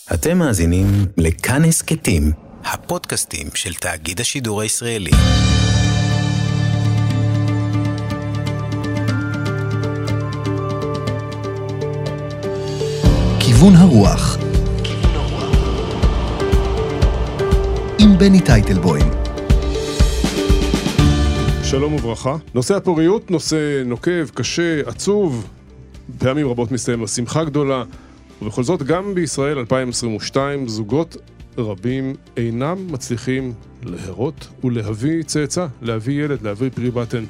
אתם מאזינים לכאן הסקטים, הפודקאסטים של תאגיד השידור הישראלי. כיוון הרוח עם בני טייטלבוים. שלום וברכה. נושא הפוריות, נושא נוקב, קשה, עצוב, פעמים רבות מסתיים לשמחה גדולה, ובכל זאת גם בישראל 2022 זוגות רבים אינם מצליחים להרות ולהביא צאצא, להביא ילד, להביא פרי בטן.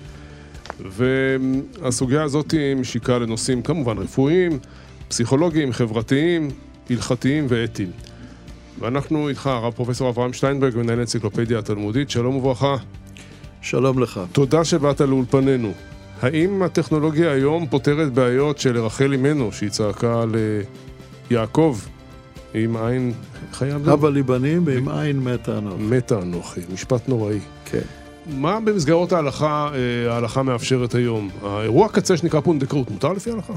והסוגיה הזאת משיקה לנושאים כמובן רפואיים, פסיכולוגיים, חברתיים, הלכתיים ואתיים. ואנחנו איתך, הרב פרופסור אברהם שטיינברג, מנהל אנציקלופדיה התלמודית. שלום וברכה. שלום לך. תודה שבאת לאולפנינו. האם הטכנולוגיה היום פותרת בעיות של רחל אמנו, שהיא צעקה ליעקב, עם עין חייב? הבה לי בנים ועם עין מתה אנוכי. מתה אנוכי, משפט נוראי. כן. מה במסגרות ההלכה מאפשרת היום? האירוע קצה שנקרא פונדקאות, מותר לפי ההלכה?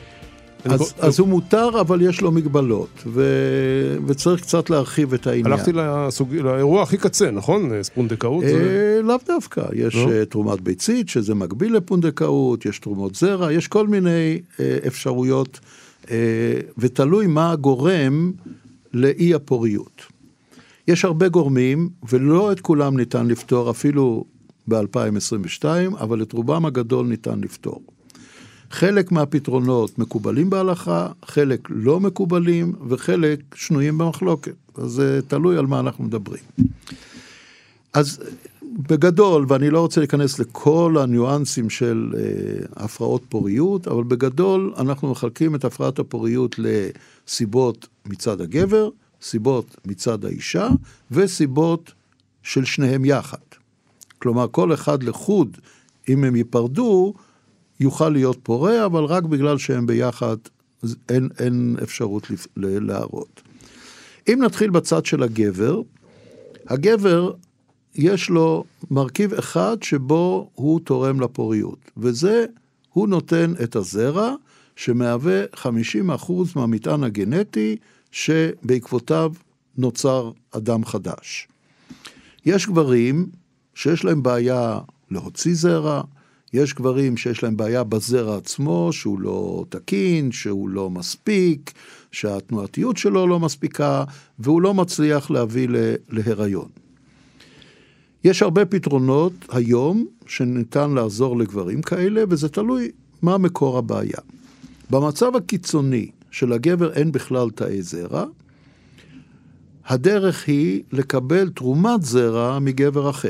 אז הוא מותר, אבל יש לו מגבלות, וצריך קצת להרחיב את העניין. הלכתי לאירוע הכי קצה, נכון? פונדקאות? לאו דווקא. יש תרומת ביצית, שזה מקביל לפונדקאות, יש תרומות זרע, יש כל מיני אפשרויות, ותלוי מה הגורם לאי הפוריות. יש הרבה גורמים, ולא את כולם ניתן לפתור, אפילו ב-2022, אבל את רובם הגדול ניתן לפתור. חלק מהפתרונות מקובלים בהלכה, חלק לא מקובלים, וחלק שנויים במחלוקת. אז זה תלוי על מה אנחנו מדברים. אז בגדול, ואני לא רוצה להיכנס לכל הניואנסים של הפרעות פוריות, אבל בגדול אנחנו מחלקים את הפרעת הפוריות לסיבות מצד הגבר, סיבות מצד האישה, וסיבות של שניהם יחד. כלומר, כל אחד לחוד, אם הם ייפרדו, יוכל להיות פורה, אבל רק בגלל שהם ביחד, אין אפשרות להראות. אם נתחיל בצד של הגבר, הגבר יש לו מרכיב אחד שבו הוא תורם לפוריות, וזה הוא נותן את הזרע, שמהווה 50% מהמטען הגנטי, שבעקבותיו נוצר אדם חדש. יש גברים שיש להם בעיה להוציא זרע, יש גברים שיש להם בעיה בזרע עצמו, שהוא לא תקין, שהוא לא מספיק, שהתנועתיות שלו לא מספיקה, והוא לא מצליח להביא להיריון. יש הרבה פתרונות היום שניתן לעזור לגברים כאלה, וזה תלוי מה מקור הבעיה. במצב הקיצוני של הגבר אין בכלל תאי זרע, הדרך היא לקבל תרומת זרע מגבר אחר.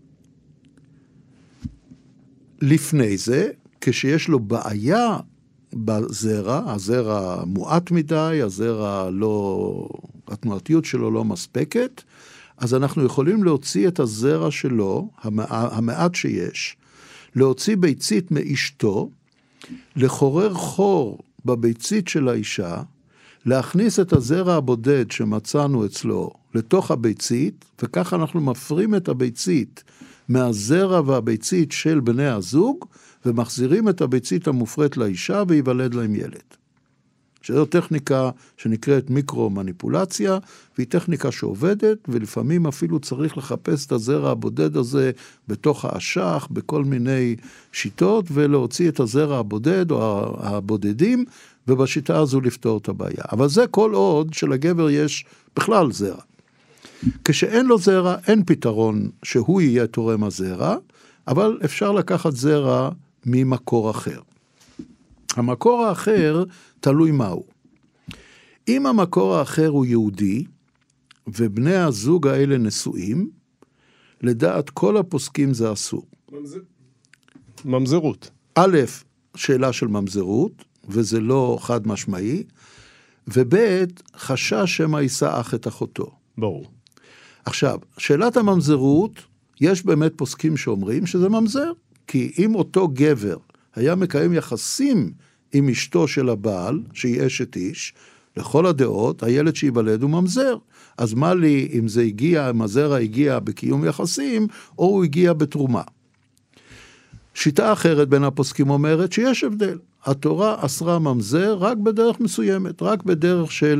לפני זה, כשיש לו בעיה בזרע, הזרע מועט מדי, הזרע לא, התנועתיות שלו לא מספקת, אז אנחנו יכולים להוציא את הזרע שלו, המעט שיש, להוציא ביצית מאשתו, לחורר חור בביצית של האישה, להכניס את הזרע הבודד שמצאנו אצלו לתוך הביצית, וכך אנחנו מפרים את הביצית מהזרע והביצית של בני הזוג, ומחזירים את הביצית המופרית לאישה, ויוולד להם ילד. שזו טכניקה שנקראת מיקרו-מניפולציה, והיא טכניקה שעובדת, ולפעמים אפילו צריך לחפש את הזרע הבודד הזה, בתוך האשך, בכל מיני שיטות, ולהוציא את הזרע הבודד, או הבודדים, ובשיטה הזו לפתור את הבעיה. אבל זה כל עוד שלגבר יש בכלל זרע. כשאין לו זרע, אין פתרון שהוא יהיה תורם הזרע, אבל אפשר לקחת זרע ממקור אחר. המקור האחר תלוי מהו. אם המקור האחר הוא יהודי, ובני הזוג האלה נשואים, לדעת כל הפוסקים זה אסור. ממזרות. א', שאלה של ממזרות, וזה לא חד משמעי, וב', חשש שמא יישא אח את אחותו. ברור. עכשיו, שאלת הממזרות, יש באמת פוסקים שאומרים שזה ממזר, כי אם אותו גבר היה מקיים יחסים עם אשתו של הבעל, שהיא אשת איש, לכל הדעות, הילד שיוולד הוא ממזר. אז מה לי אם זה הגיע, אם הזרע הגיע בקיום יחסים, או הוא הגיע בתרומה. שיטה אחרת בין הפוסקים אומרת שיש הבדל. התורה אסרה ממזר רק בדרך מסוימת, רק בדרך של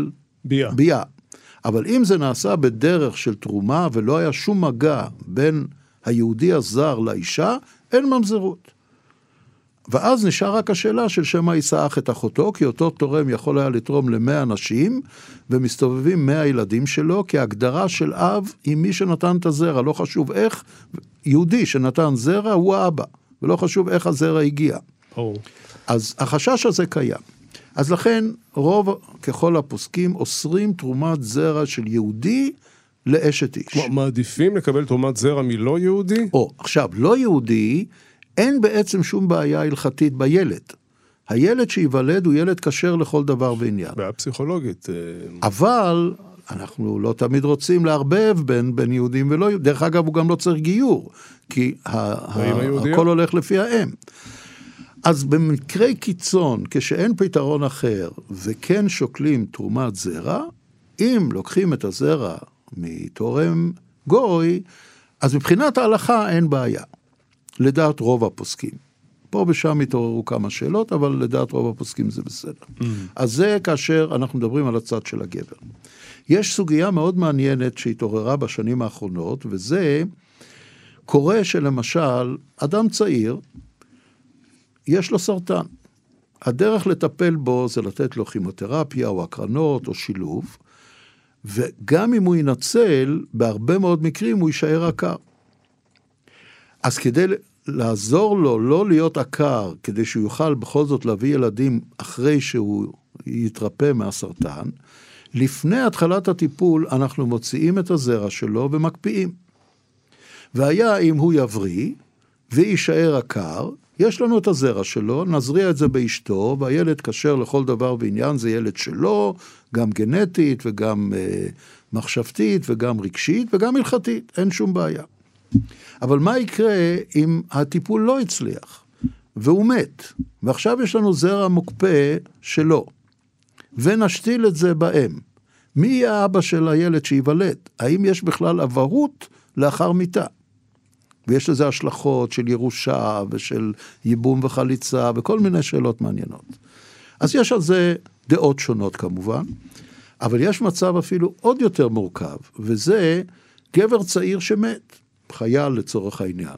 ביאה. אבל אם זה נעשה בדרך של תרומה, ולא היה שום מגע בין היהודי הזר לאישה, אין ממזרות. ואז נשאר רק השאלה של שמא ישאח את אחותו, כי אותו תורם יכול היה לתרום ל100 אנשים, ומסתובבים 100 ילדים שלו, כי ההגדרה של אב היא מי שנתן את הזרע, לא חשוב איך, יהודי שנתן זרע הוא האבא, ולא חשוב איך הזרע הגיע. אז החשש הזה קיים. אז לכן רוב ככל הפוסקים אוסרים תרומת זרע של יהודי לאשת איש. מעדיפים לקבל תרומת זרע מלא יהודי? עכשיו, לא יהודי, אין בעצם שום בעיה הלכתית בילד. הילד שיוולד הוא ילד כשר לכל דבר ועניין. בעיה פסיכולוגית. אבל אנחנו לא תמיד רוצים לערבב בין יהודים ולא יהודים. דרך אגב, הוא גם לא צריך גיור, כי הכל הולך לפי האם. אז במקרי קיצון, כשאין פתרון אחר, וכן שוקלים תרומת זרע, אם לוקחים את הזרע מתורם גוי, אז מבחינת ההלכה אין בעיה. לדעת רוב הפוסקים. פה ושם התעוררו כמה שאלות, אבל לדעת רוב הפוסקים זה בסדר. אז זה כאשר אנחנו מדברים על הצד של הגבר. יש סוגיה מאוד מעניינת שהתעוררה בשנים האחרונות, וזה קורה שלמשל, אדם צעיר, יש לו סרטן. הדרך לטפל בו זה לתת לו כימותרפיה או הקרנות או שילוב, וגם אם הוא ינצל, בהרבה מאוד מקרים הוא יישאר עקר. אז כדי לעזור לו לא להיות עקר, כדי שהוא יוכל בכל זאת להביא ילדים אחרי שהוא יתרפא מהסרטן, לפני התחלת הטיפול אנחנו מוציאים את הזרע שלו ומקפיאים. והיה אם הוא יבריא ויישאר עקר, יש לנו את הזרע שלו, נזריע את זה באשתו, והילד כשר לכל דבר ועניין, זה ילד שלו, גם גנטית וגם מחשבתית וגם רגשית וגם הלכתית, אין שום בעיה. אבל מה יקרה אם הטיפול לא הצליח, והוא מת, ועכשיו יש לנו זרע מוקפא שלו, ונשתיל את זה בהם. מי יהיה האבא של הילד שיוולד? האם יש בכלל אבהות לאחר מיתה? ויש לזה השלכות של ירושה ושל ייבום וחליצה וכל מיני שאלות מעניינות. אז יש על זה דעות שונות כמובן, אבל יש מצב אפילו עוד יותר מורכב, וזה גבר צעיר שמת, חייל לצורך העניין.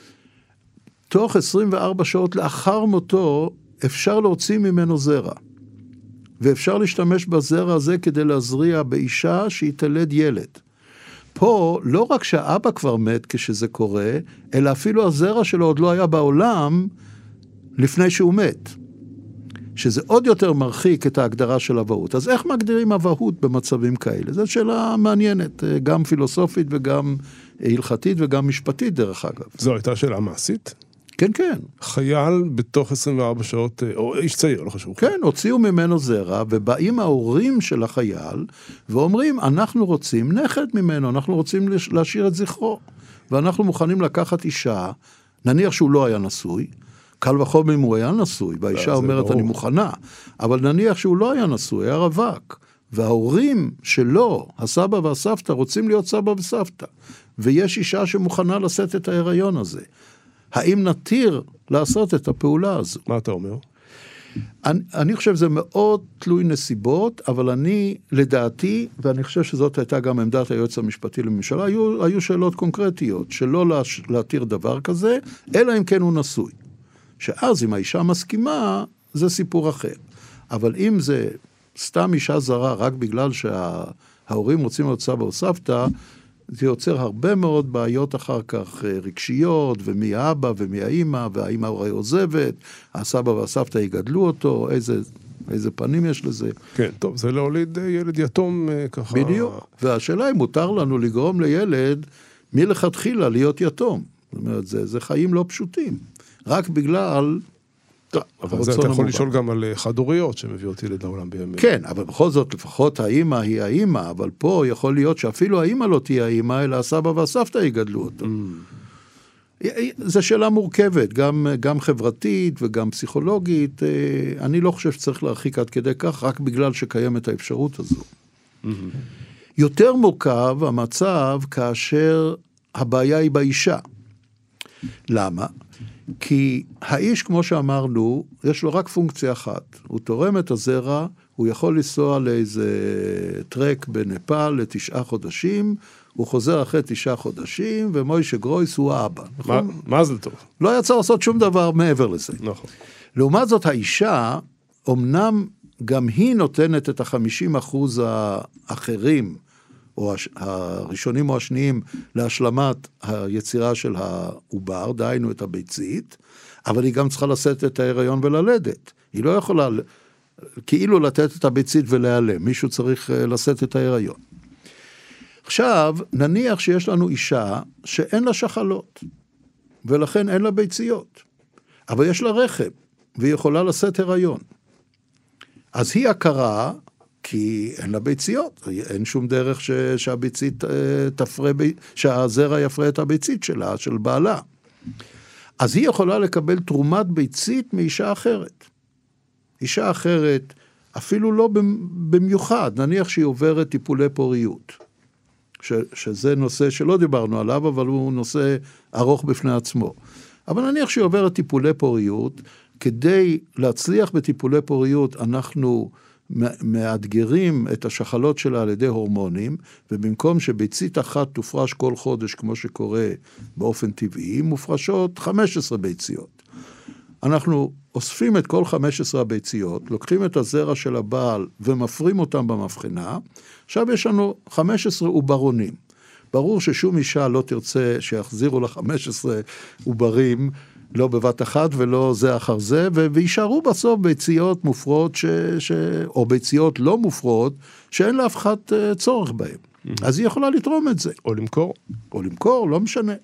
תוך 24 שעות לאחר מותו אפשר להוציא ממנו זרע, ואפשר להשתמש בזרע הזה כדי להזריע באישה שיתלד ילד. פה לא רק שהאבא כבר מת כשזה קורה, אלא אפילו הזרע שלו עוד לא היה בעולם לפני שהוא מת. שזה עוד יותר מרחיק את ההגדרה של אבהות. אז איך מגדירים אבהות במצבים כאלה? זו שאלה מעניינת, גם פילוסופית וגם הלכתית וגם משפטית דרך אגב. זו הייתה שאלה מעשית? כן, כן. חייל בתוך 24 שעות, או איש צעיר, לא חשוב. כן, הוציאו ממנו זרע, ובאים ההורים של החייל, ואומרים, אנחנו רוצים נכד ממנו, אנחנו רוצים להשאיר את זכרו, ואנחנו מוכנים לקחת אישה, נניח שהוא לא היה נשוי, קל וחומר אם הוא היה נשוי, והאישה אומרת, אני מוכנה, אבל נניח שהוא לא היה נשוי, היה רווק, וההורים שלו, הסבא והסבתא, רוצים להיות סבא וסבתא, ויש אישה שמוכנה לשאת את ההיריון הזה. האם נתיר לעשות את הפעולה הזו? מה אתה אומר? אני חושב שזה מאוד תלוי נסיבות, אבל אני, לדעתי, ואני חושב שזאת הייתה גם עמדת היועץ המשפטי לממשלה, היו שאלות קונקרטיות, שלא להתיר דבר כזה, אלא אם כן הוא נשוי. שאז אם האישה מסכימה, זה סיפור אחר. אבל אם זה סתם אישה זרה, רק בגלל שההורים רוצים להיות סבא או סבתא, זה יוצר הרבה מאוד בעיות אחר כך רגשיות, ומי האבא ומי האמא, והאמא הרי עוזבת, הסבא והסבתא יגדלו אותו, איזה פנים יש לזה. כן, טוב, זה להוליד ילד יתום ככה. בדיוק, והשאלה היא, מותר לנו לגרום לילד מלכתחילה להיות יתום. זאת אומרת, זה חיים לא פשוטים. רק בגלל... אבל זה אתה יכול לשאול גם על חד-הוריות שמביאות ילד לעולם בימים. כן, אבל בכל זאת לפחות האמא היא האמא, אבל פה יכול להיות שאפילו האמא לא תהיה האמא, אלא הסבא והסבתא יגדלו אותו. זו שאלה מורכבת, גם חברתית וגם פסיכולוגית. אני לא חושב שצריך להרחיק עד כדי כך, רק בגלל שקיימת האפשרות הזו. יותר מורכב המצב כאשר הבעיה היא באישה. למה? כי האיש, כמו שאמרנו, יש לו רק פונקציה אחת. הוא תורם את הזרע, הוא יכול לנסוע לאיזה טרק בנפאל ל9 חודשים, הוא חוזר אחרי 9 חודשים, ומוישה גרויס הוא האבא. נכון? מה זה טוב? לא יצא לעשות שום דבר מעבר לזה. נכון. לעומת זאת, האישה, אמנם גם היא נותנת את 50% האחרים, או הראשונים או השניים, להשלמת היצירה של העובר, דהיינו את הביצית, אבל היא גם צריכה לשאת את ההיריון וללדת. היא לא יכולה כאילו לתת את הביצית ולהיעלם, מישהו צריך לשאת את ההיריון. עכשיו, נניח שיש לנו אישה שאין לה שחלות, ולכן אין לה ביציות, אבל יש לה רחם, והיא יכולה לשאת הריון. אז היא הכרה, כי אין לה ביציות, אין שום דרך שהביצית תפרה, שהזרע יפרה את הביצית שלה, של בעלה. אז היא יכולה לקבל תרומת ביצית מאישה אחרת. אישה אחרת, אפילו לא במיוחד, נניח שהיא עוברת טיפולי פוריות, שזה נושא שלא דיברנו עליו, אבל הוא נושא ארוך בפני עצמו. אבל נניח שהיא עוברת טיפולי פוריות, כדי להצליח בטיפולי פוריות, אנחנו מאתגרים את השחלות שלה על ידי הורמונים, ובמקום שביצית אחת תופרש כל חודש, כמו שקורה באופן טבעי, מופרשות 15 ביציות. אנחנו אוספים את כל 15 הביציות, לוקחים את הזרע של הבעל ומפרים אותם במבחנה, עכשיו יש לנו 15 עוברונים. ברור ששום אישה לא תרצה שיחזירו לה 15 עוברים, לא בבת אחת ולא זה אחר זה, וישארו בסוף ביציות מופרות, או ביציות לא מופרות, שאין לה אף אחד צורך בהן. אז היא יכולה לתרום את זה. או למכור. או למכור, לא משנה.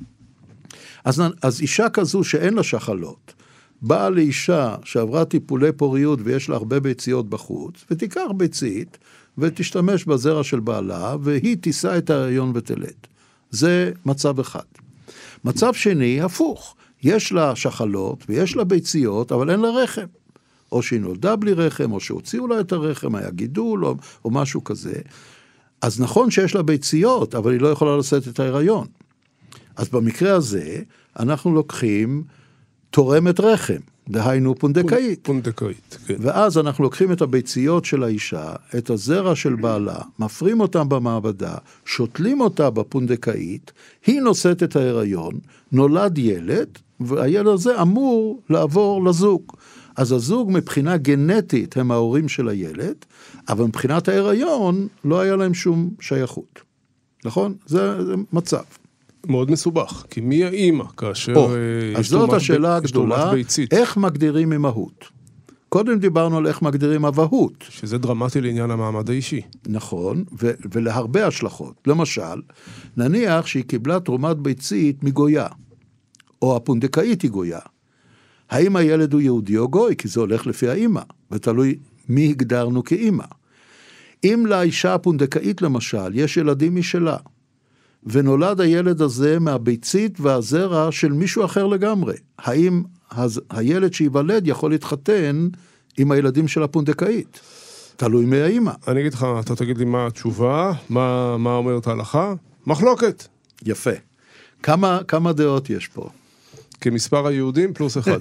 אז אישה כזו שאין לה שחלות, באה לאישה שעברה טיפולי פוריות ויש לה הרבה ביציות בחוץ, ותיקח ביצית ותשתמש בזרע של בעלה, והיא תישא את ההיריון ותלד. זה מצב אחד. מצב שני, הפוך. יש לה שחלות ויש לה ביציות, אבל אין לה רחם. או שהיא נולדה בלי רחם, או שהוציאו לה את הרחם, היה גידול או משהו כזה. אז נכון שיש לה ביציות, אבל היא לא יכולה לשאת את ההיריון. אז במקרה הזה, אנחנו לוקחים תורמת רחם, דהיינו פונדקאית. פונדקאית, כן. ואז אנחנו לוקחים את הביציות של האישה, את הזרע של בעלה, מפרים אותם במעבדה, שותלים אותה בפונדקאית, היא נושאת את ההיריון, נולד ילד, והילד הזה אמור לעבור לזוג. אז הזוג מבחינה גנטית הם ההורים של הילד, אבל מבחינת ההיריון לא היה להם שום שייכות. נכון? זה מצב. מאוד מסובך, כי מי האמא כאשר אז זאת השאלה הגדולה, ביצית? איך מגדירים אמהות? קודם דיברנו על איך מגדירים אבהות. שזה דרמטי לעניין המעמד האישי. נכון, ולהרבה השלכות. למשל, נניח שהיא קיבלה תרומת ביצית מגויה, או הפונדקאית היא גויה. האם הילד הוא יהודי או גוי? כי זה הולך לפי האמא, ותלוי מי הגדרנו כאמא. אם לאישה הפונדקאית למשל, יש ילדים משלה, ונולד הילד הזה מהביצית והזרע של מישהו אחר לגמרי. האם הילד שיוולד יכול להתחתן עם הילדים של הפונדקאית? תלוי מהאמא. אני אגיד לך, אתה תגיד לי מה התשובה, מה אומרת ההלכה? מחלוקת. יפה. כמה דעות יש פה? כמספר היהודים פלוס 1.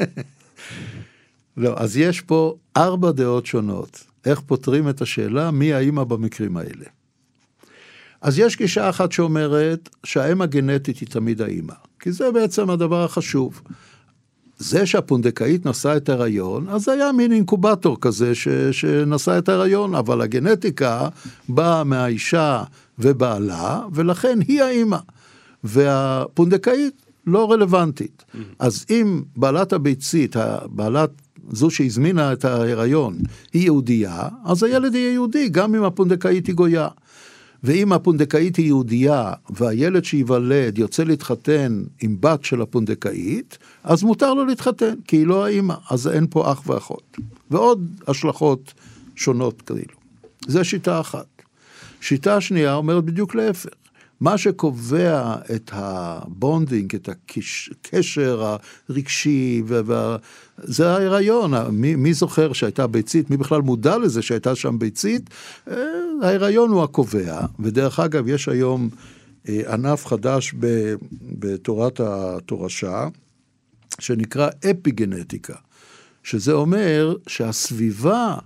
לא, אז יש פה 4 דעות שונות. איך פותרים את השאלה מי האמא במקרים האלה? אז יש גישה אחת שאומרת שהאם הגנטית היא תמיד האמא, כי זה בעצם הדבר החשוב. זה שהפונדקאית נשא את ההיריון, אז זה היה מין אינקובטור כזה שנשא את ההיריון, אבל הגנטיקה באה מהאישה ובעלה, ולכן היא האמא, והפונדקאית לא רלוונטית. אז אם בעלת הביצית, זו שהזמינה את ההיריון, היא יהודייה, אז הילד יהיה יהודי, גם אם הפונדקאית היא גויה. ואם הפונדקאית היא יהודייה, והילד שיוולד יוצא להתחתן עם בת של הפונדקאית, אז מותר לו להתחתן, כי היא לא האמא, אז אין פה אח ואחות. ועוד השלכות שונות כאילו. זו שיטה אחת. שיטה שנייה אומרת בדיוק להפך. מה שקובע את הבונדינג, את הקשר הרגשי, זה ההיריון. מי זוכר שהייתה ביצית? מי בכלל מודע לזה שהייתה שם ביצית? ההיריון הוא הקובע, ודרך אגב יש היום ענף חדש בתורת התורשה, שנקרא אפיגנטיקה, שזה אומר שהסביבה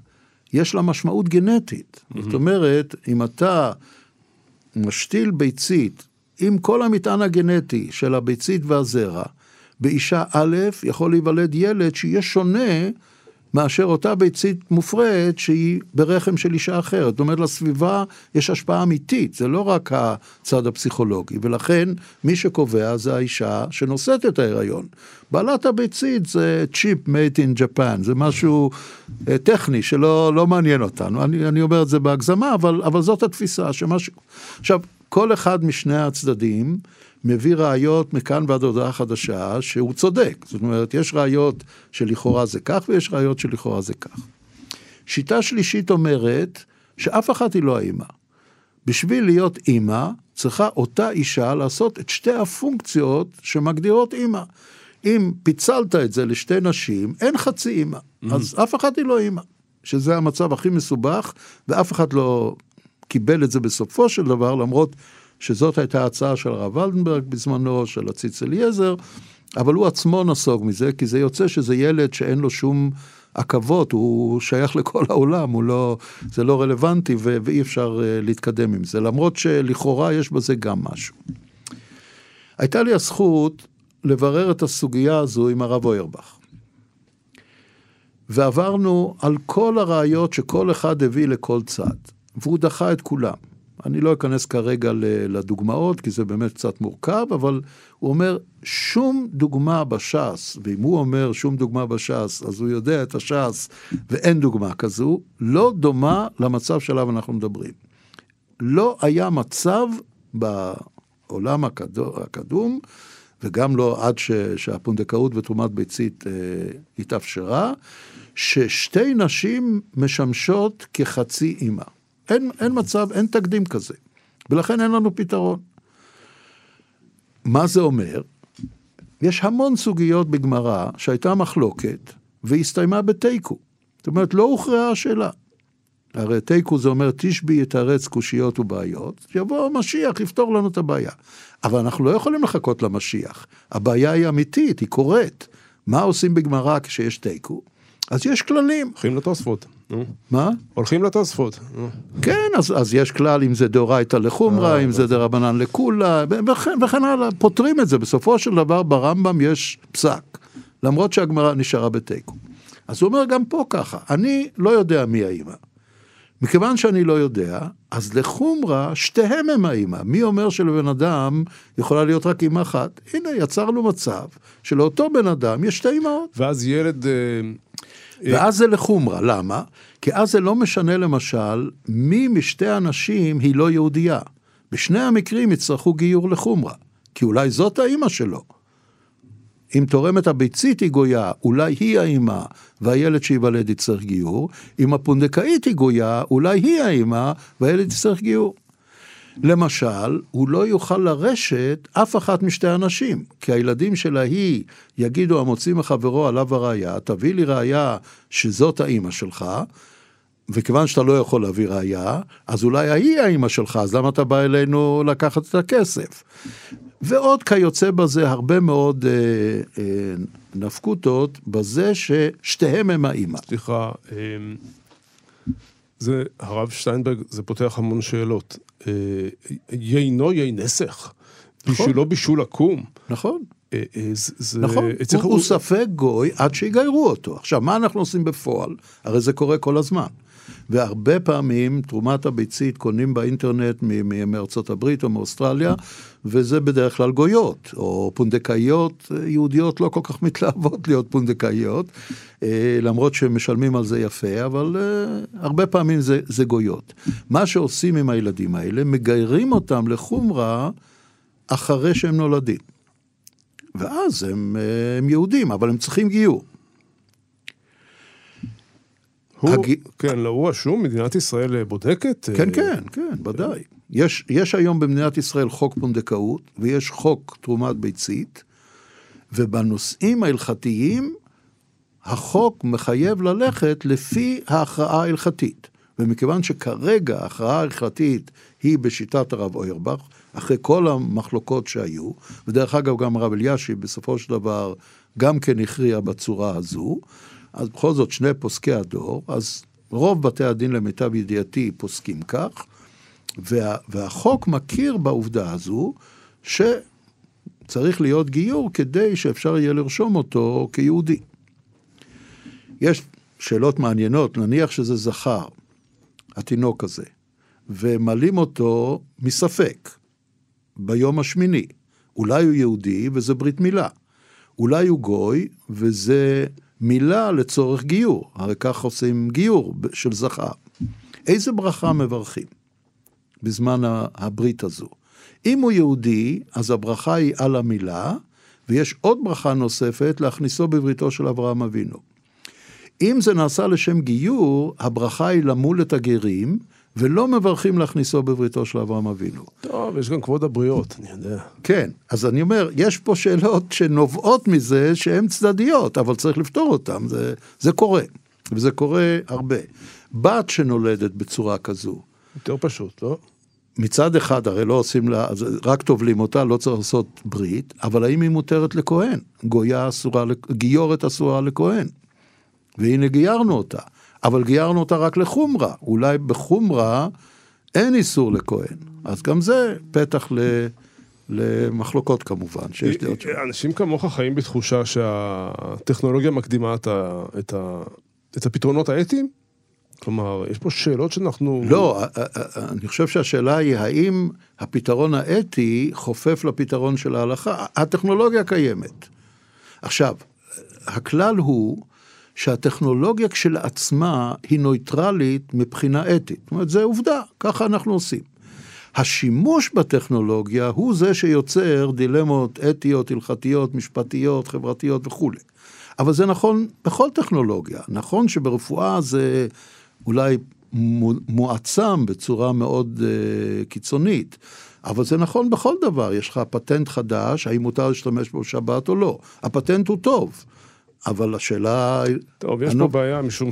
יש לה משמעות גנטית. זאת אומרת, אם אתה משתיל ביצית, עם כל המטען הגנטי של הביצית והזרע, באישה א' יכול להיוולד ילד שיהיה שונה מאשר אותה ביצית מופרדת שהיא ברחם של אישה אחרת. זאת אומרת, לסביבה יש השפעה אמיתית, זה לא רק הצד הפסיכולוגי, ולכן מי שקובע זה האישה שנושאת את ההיריון. בעלת הביצית זה cheap made in Japan, זה משהו טכני שלא מעניין אותנו. אני אומר את זה בהגזמה, אבל זאת התפיסה שמשהו... עכשיו, כל אחד משני הצדדים מביא ראיות מכאן ועד הודעה חדשה שהוא צודק. זאת אומרת, יש ראיות שלכאורה זה כך, ויש ראיות שלכאורה זה כך. שיטה שלישית אומרת שאף אחת היא לא האמא. בשביל להיות אמא, צריכה אותה אישה לעשות את שתי הפונקציות שמגדירות אמא. אם פיצלת את זה לשתי נשים, אין חצי אמא. אז אף אחת היא לא אמא. שזה המצב הכי מסובך, ואף אחד לא קיבל את זה בסופו של דבר, למרות שזאת הייתה ההצעה של הרב ולדנברג בזמנו, של הציץ אליעזר, אבל הוא עצמו נסוג מזה, כי זה יוצא שזה ילד שאין לו שום עקבות, הוא שייך לכל העולם, זה לא רלוונטי, ואי אפשר להתקדם עם זה, למרות שלכאורה יש בזה גם משהו. הייתה לי הזכות לברר את הסוגיה הזו עם הרב אוירבך. ועברנו על כל הראיות שכל אחד הביא לכל צד, והוא דחה את כולם. אני לא אכנס כרגע לדוגמאות, כי זה באמת קצת מורכב, אבל הוא אומר, שום דוגמה בש"ס, ואם הוא אומר שום דוגמה בש"ס, אז הוא יודע את הש"ס, ואין דוגמה כזו, לא דומה למצב שלו אנחנו מדברים. לא היה מצב בעולם הקדום, וגם לא עד שהפונדקאות ותרומת ביצית התאפשרה, ששתי נשים משמשות כחצי אמא. אין מצב, אין תקדים כזה. ולכן אין לנו פתרון. מה זה אומר? יש המון סוגיות בגמרא שהייתה מחלוקת, והסתיימה בתיקו. זאת אומרת, לא הוכרעה השאלה. הרי תיקו זה אומר, תשבי יתרץ קושיות ובעיות, שיבוא המשיח, יפתור לנו את הבעיה. אבל אנחנו לא יכולים לחכות למשיח. הבעיה היא אמיתית, היא קורית. מה עושים בגמרא כשיש תיקו? אז יש כללים. הולכים לתוספות. מה? הולכים לתוספות. כן, אז יש כלל, אם זה דאורייתא לחומרא, אם זה דרבנן לקולא, וכן הלאה, פותרים את זה. בסופו של דבר ברמב"ם יש פסק, למרות שהגמרא נשארה בתיקו. אז הוא אומר גם פה ככה, אני לא יודע מי האמא. מכיוון שאני לא יודע, אז לחומרא שתיהם הם האמא. מי אומר שלבן אדם יכולה להיות רק אמא אחת? הנה, יצרנו מצב שלאותו בן אדם יש שתי אמאות. ואז ילד... ואז זה לחומרה, למה? כי אז זה לא משנה למשל, מי משתי אנשים היא לא יהודייה. בשני המקרים יצטרכו גיור לחומרה, כי אולי זאת האמא שלו. אם תורמת הביצית היא גויה, אולי היא האמא, והילד שיוולד יצטרך גיור. אם הפונדקאית היא גויה, אולי היא האמא, והילד יצטרך גיור. למשל, הוא לא יוכל לרשת אף אחת משתי אנשים, כי הילדים שלה היא, יגידו המוציא מחברו עליו הראיה, תביא לי ראיה שזאת האמא שלך, וכיוון שאתה לא יכול להביא ראיה, אז אולי היא האמא שלך, אז למה אתה בא אלינו לקחת את הכסף? ועוד כיוצא בזה הרבה מאוד נפקותות, בזה ששתיהם הם האמא. סליחה, זה, הרב שטיינברג, זה פותח המון שאלות. יינו נסך, בשבילו בישול עקום. נכון. נכון, הוא ספק גוי עד שיגיירו אותו. עכשיו, מה אנחנו עושים בפועל? הרי זה קורה כל הזמן. והרבה פעמים תרומת הביצית קונים באינטרנט מארצות הברית או מאוסטרליה, וזה בדרך כלל גויות, או פונדקאיות יהודיות לא כל כך מתלהבות להיות פונדקאיות, למרות שמשלמים על זה יפה, אבל הרבה פעמים זה גויות. מה שעושים עם הילדים האלה, מגיירים אותם לחומרה אחרי שהם נולדים. ואז הם יהודים, אבל הם צריכים גיור. כן, הוא רשום, מדינת ישראל בודקת? כן, ודאי. יש היום במדינת ישראל חוק פונדקאות, ויש חוק תרומת ביצית, ובנושאים ההלכתיים, החוק מחייב ללכת לפי ההכרעה ההלכתית. ומכיוון שכרגע ההכרעה ההלכתית היא בשיטת הרב אוירבך, אחרי כל המחלוקות שהיו, ודרך אגב גם הרב אלישיב בסופו של דבר גם כן הכריע בצורה הזו, אז בכל זאת שני פוסקי הדור, אז רוב בתי הדין למיטב ידיעתי פוסקים כך, והחוק מכיר בעובדה הזו, שצריך להיות גיור כדי שאפשר יהיה לרשום אותו כיהודי. יש שאלות מעניינות, נניח שזה זכר, התינוק הזה, ומעלים אותו מספק, ביום השמיני. אולי הוא יהודי וזה ברית מילה. אולי הוא גוי וזה מילה לצורך גיור. הרי כך עושים גיור של זכר. איזה ברכה מברכים בזמן הברית הזו? אם הוא יהודי, אז הברכה היא על המילה, ויש עוד ברכה נוספת להכניסו בבריתו של אברהם אבינו. אם זה נעשה לשם גיור, הברכה היא למול את הגרים, ולא מברכים להכניסו בבריתו של אברהם אבינו. טוב, יש גם כבוד הבריות, אני יודע. כן, אז אני אומר, יש פה שאלות שנובעות מזה שהן צדדיות, אבל צריך לפתור אותן, זה קורה, וזה קורה הרבה. בת שנולדת בצורה כזו. יותר פשוט, לא? מצד אחד, הרי לא עושים לה, רק טובלים אותה, לא צריך לעשות ברית, אבל האם היא מותרת לכהן? גיורת אסורה לכהן. והנה גיירנו אותה. אבל גיירנו אותה רק לחומרה. אולי בחומרה אין איסור לכהן. אז גם זה פתח למחלוקות כמובן. אנשים כמוך חיים בתחושה שהטכנולוגיה מקדימה את הפתרונות האתיים? כלומר, יש פה שאלות שאנחנו... לא, אני חושב שהשאלה היא, האם הפתרון האתי חופף לפתרון של ההלכה? הטכנולוגיה קיימת. עכשיו, הכלל הוא שהטכנולוגיה כשלעצמה היא נויטרלית מבחינה אתית. זאת אומרת, זה עובדה, ככה אנחנו עושים. השימוש בטכנולוגיה הוא זה שיוצר דילמות אתיות, הלכתיות, משפטיות, חברתיות וכו'. אבל זה נכון בכל טכנולוגיה. נכון שברפואה זה אולי מועצם בצורה מאוד קיצונית, אבל זה נכון בכל דבר. יש לך פטנט חדש, האם מותר להשתמש בו שבת או לא. הפטנט הוא טוב. אבל השאלה... טוב, יש פה בעיה, משום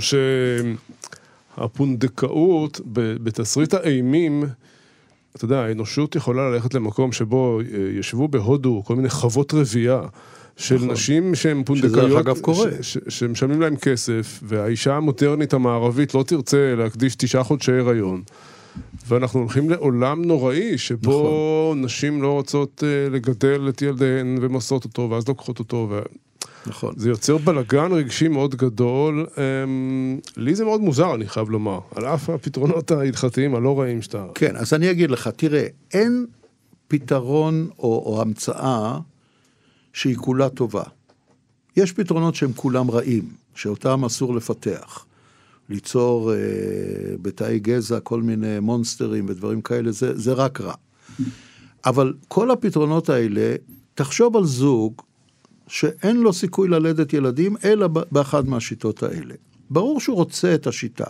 שהפונדקאות, בתסריט האימים, אתה יודע, האנושות יכולה ללכת למקום שבו ישבו בהודו כל מיני חוות רבייה, של נשים שהן פונדקאיות, שמשלמים להם כסף, והאישה המודרנית המערבית לא תרצה להקדיש 9 חודשי הריון, ואנחנו הולכים לעולם נוראי, שבו נשים לא רוצות לגדל את ילדיהן ומסות אותו, ואז לוקחות אותו, נכון. זה יוצר בלגן רגשי מאוד גדול. לי זה מאוד מוזר, אני חייב לומר, על אף הפתרונות ההלכתיים הלא רעים שאתה... כן, אז אני אגיד לך, תראה, אין פתרון או המצאה שהיא כולה טובה. יש פתרונות שהם כולם רעים, שאותם אסור לפתח. ליצור בתאי גזע כל מיני מונסטרים ודברים כאלה, זה רק רע. אבל כל הפתרונות האלה, תחשוב על זוג שאין לו סיכוי ללדת ילדים, אלא באחד מהשיטות האלה. ברור שהוא רוצה את השיטה.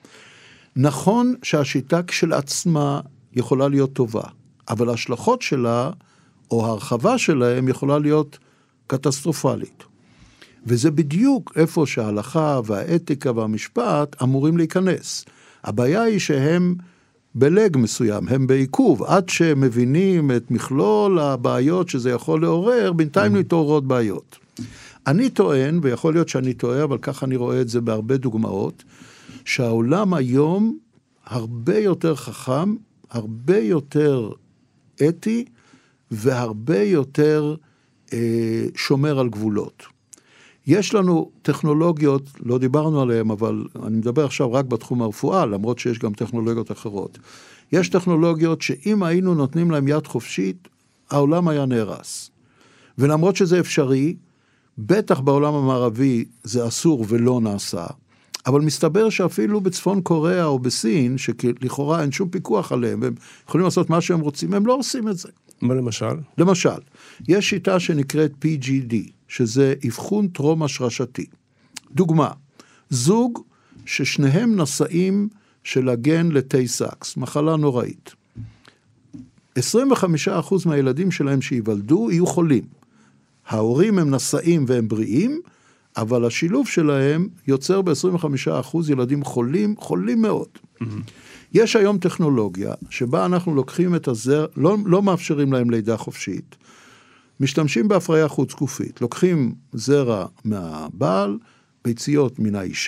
נכון שהשיטה כשלעצמה יכולה להיות טובה, אבל ההשלכות שלה, או ההרחבה שלהם, יכולה להיות קטסטרופלית. וזה בדיוק איפה שההלכה והאתיקה והמשפט אמורים להיכנס. הבעיה היא שהם בלג מסוים, הם בעיכוב, עד שהם מבינים את מכלול הבעיות שזה יכול לעורר, בינתיים להתעוררות בעיות. אני טוען, ויכול להיות שאני טועה, אבל ככה אני רואה את זה בהרבה דוגמאות, שהעולם היום הרבה יותר חכם, הרבה יותר אתי, והרבה יותר שומר על גבולות. יש לנו טכנולוגיות, לא דיברנו עליהן, אבל אני מדבר עכשיו רק בתחום הרפואה, למרות שיש גם טכנולוגיות אחרות. יש טכנולוגיות שאם היינו נותנים להם יד חופשית, העולם היה נהרס. ולמרות שזה אפשרי, בטח בעולם המערבי זה אסור ולא נעשה, אבל מסתבר שאפילו בצפון קוריאה או בסין, שלכאורה אין שום פיקוח עליהם, והם יכולים לעשות מה שהם רוצים, הם לא עושים את זה. מה למשל? למשל, יש שיטה שנקראת PGD, שזה אבחון טרום השרשתי. דוגמה, זוג ששניהם נשאים של הגן לטייסקס, מחלה נוראית. 25% מהילדים שלהם שיוולדו יהיו חולים. ההורים הם נשאים והם בריאים, אבל השילוב שלהם יוצר ב-25% ילדים חולים, חולים מאוד. יש היום טכנולוגיה שבה אנחנו לוקחים את הזרע, לא מאפשרים להם לידה חופשית, משתמשים בהפריה חוץ גופית, לוקחים זרע מהבעל, ביציות מן האישה,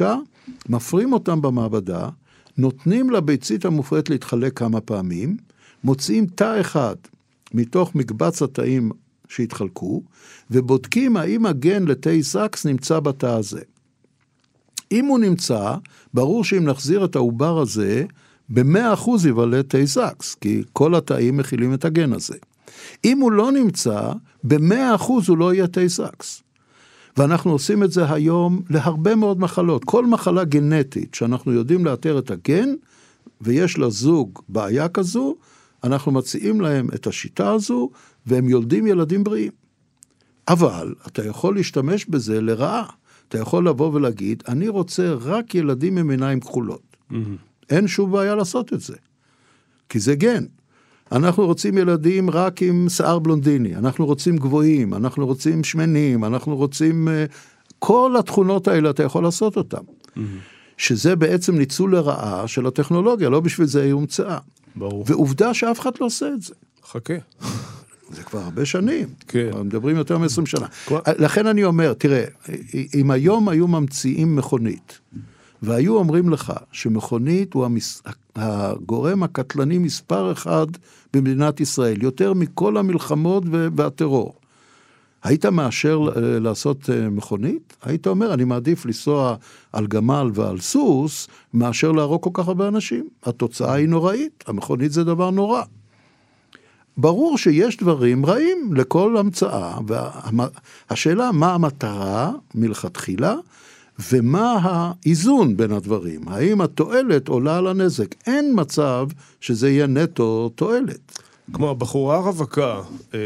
מפרים אותם במעבדה, נותנים לביצית המופרית להתחלק כמה פעמים, מוציאים תא אחד מתוך מקבץ התאים שהתחלקו, ובודקים האם הגן לתאי סקס נמצא בתא הזה. אם הוא נמצא, ברור שאם נחזיר את העובר הזה, ב100% יבלע תאי סקס, כי כל התאים מכילים את הגן הזה. אם הוא לא נמצא, ב100% הוא לא יהיה תאי סקס. ואנחנו עושים את זה היום להרבה מאוד מחלות. כל מחלה גנטית שאנחנו יודעים לאתר את הגן, ויש לזוג בעיה כזו, אנחנו מציעים להם את השיטה הזו, והם יולדים ילדים בריאים. אבל אתה יכול להשתמש בזה לרעה. אתה יכול לבוא ולהגיד, אני רוצה רק ילדים עם עיניים כחולות. אין שום בעיה לעשות את זה. כי זה גן. אנחנו רוצים ילדים רק עם שיער בלונדיני, אנחנו רוצים גבוהים, אנחנו רוצים שמנים, אנחנו רוצים... כל התכונות האלה אתה יכול לעשות אותם. שזה בעצם ניצול לרעה של הטכנולוגיה, לא בשביל זה היא הומצאה. ברור. ועובדה שאף אחד לא עושה את זה. חכה. זה כבר הרבה שנים. כן. מדברים יותר מ-20 שנה. לכן אני אומר, תראה, אם היום היו ממציאים מכונית, והיו אומרים לך שמכונית הוא הגורם הקטלני מספר אחד במדינת ישראל, יותר מכל המלחמות והטרור. היית מאשר לעשות מכונית? היית אומר, אני מעדיף לנסוע על גמל ועל סוס, מאשר להרוג כל כך הרבה אנשים. התוצאה היא נוראית, המכונית זה דבר נורא. ברור שיש דברים רעים לכל המצאה, והשאלה מה המטרה מלכתחילה, ומה האיזון בין הדברים. האם התועלת עולה על הנזק? אין מצב שזה יהיה נטו תועלת. כמו הבחורה רווקה,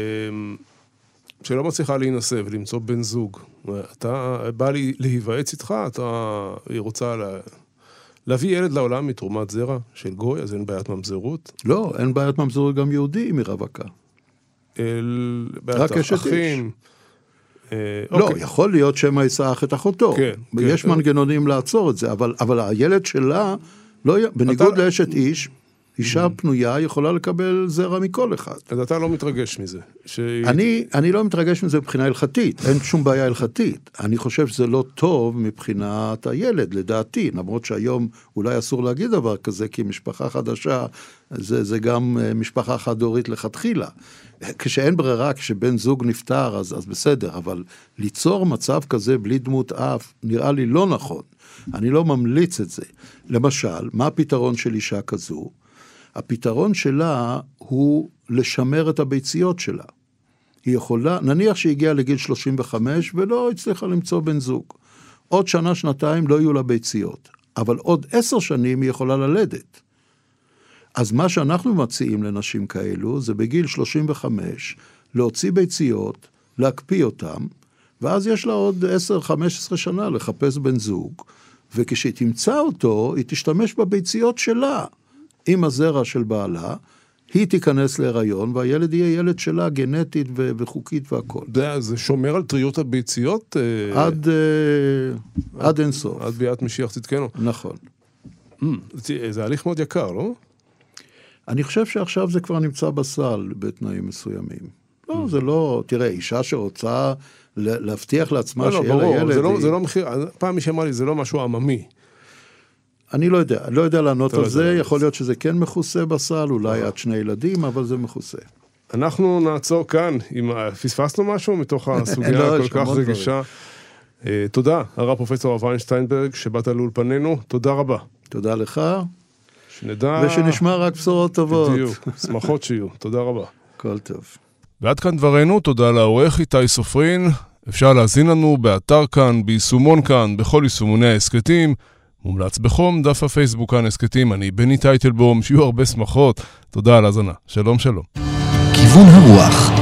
שלא מצליחה להינשא ולמצוא בן זוג, אתה בא להיוועץ איתך, היא רוצה להביא ילד לעולם מתרומת זרע של גוי, אז אין בעיית ממזרות? לא, אין בעיית ממזרות גם יהודי מרווקה. רק אשת אחים. לא, יכול להיות שמא יסעך את אחותו. ויש מנגנונים לעצור את זה, אבל הילד שלה, בניגוד לאשת איש, אישה פנויה יכולה לקבל זרע מכל אחד. אז אתה לא מתרגש מזה? אני לא מתרגש מזה מבחינה הלכתית, אין שום בעיה הלכתית. אני חושב שזה לא טוב מבחינת הילד, לדעתי, למרות שהיום אולי אסור להגיד דבר כזה, כי משפחה חדשה, זה גם משפחה חד-הורית לכתחילה. כשאין ברירה, כשבן זוג נפטר, אז בסדר, אבל ליצור מצב כזה בלי דמות אף, נראה לי לא נכון. אני לא ממליץ את זה. למשל, מה הפתרון של אישה כזו? הפתרון שלה הוא לשמר את הביציות שלה. היא יכולה, נניח שהיא הגיעה לגיל 35 ולא הצליחה למצוא בן זוג. עוד שנה, שנתיים לא יהיו לה ביציות, אבל עוד 10 שנים היא יכולה ללדת. אז מה שאנחנו מציעים לנשים כאלו, זה בגיל 35, להוציא ביציות, להקפיא אותם, ואז יש לה עוד 10-15 שנה לחפש בן זוג, וכשהיא תמצא אותו, היא תשתמש בביציות שלה, עם הזרע של בעלה, היא תיכנס להיריון, והילד יהיה ילד שלה גנטית וחוקית והכל. זה שומר על טריות הביציות? עד אינסוף. עד ביאת משיח צדקנו. נכון. זה הליך מאוד יקר, לא? אני חושב שעכשיו זה כבר נמצא בסל בתנאים מסוימים. לא, זה לא, תראה, אישה שרוצה להבטיח לעצמה שיהיה לה ילד. זה לא מחיר, פעם מי שאמר לי, זה לא משהו עממי. אני לא יודע לענות על זה, יכול להיות שזה כן מכוסה בסל, אולי עד 2 ילדים, אבל זה מכוסה. אנחנו נעצור כאן, פספסנו משהו מתוך הסוגיה כל כך רגישה. תודה, הרב פרופסור אברהם שטיינברג, שבאת לאולפנינו, תודה רבה. תודה לך, שנדע... ושנשמע רק בשורות טובות. בדיוק, שמחות שיהיו, תודה רבה. כל טוב. ועד כאן דברנו, תודה לעורך איתי סופרין, אפשר להזין לנו באתר כאן, ביישומון כאן, בכל יישומוני העסקתים, מומלץ בחום, דף הפייסבוק כאן הסקטים, אני בני טייטלבום, שיהיו הרבה שמחות, תודה על הזנה, שלום שלום. כיוון הרוח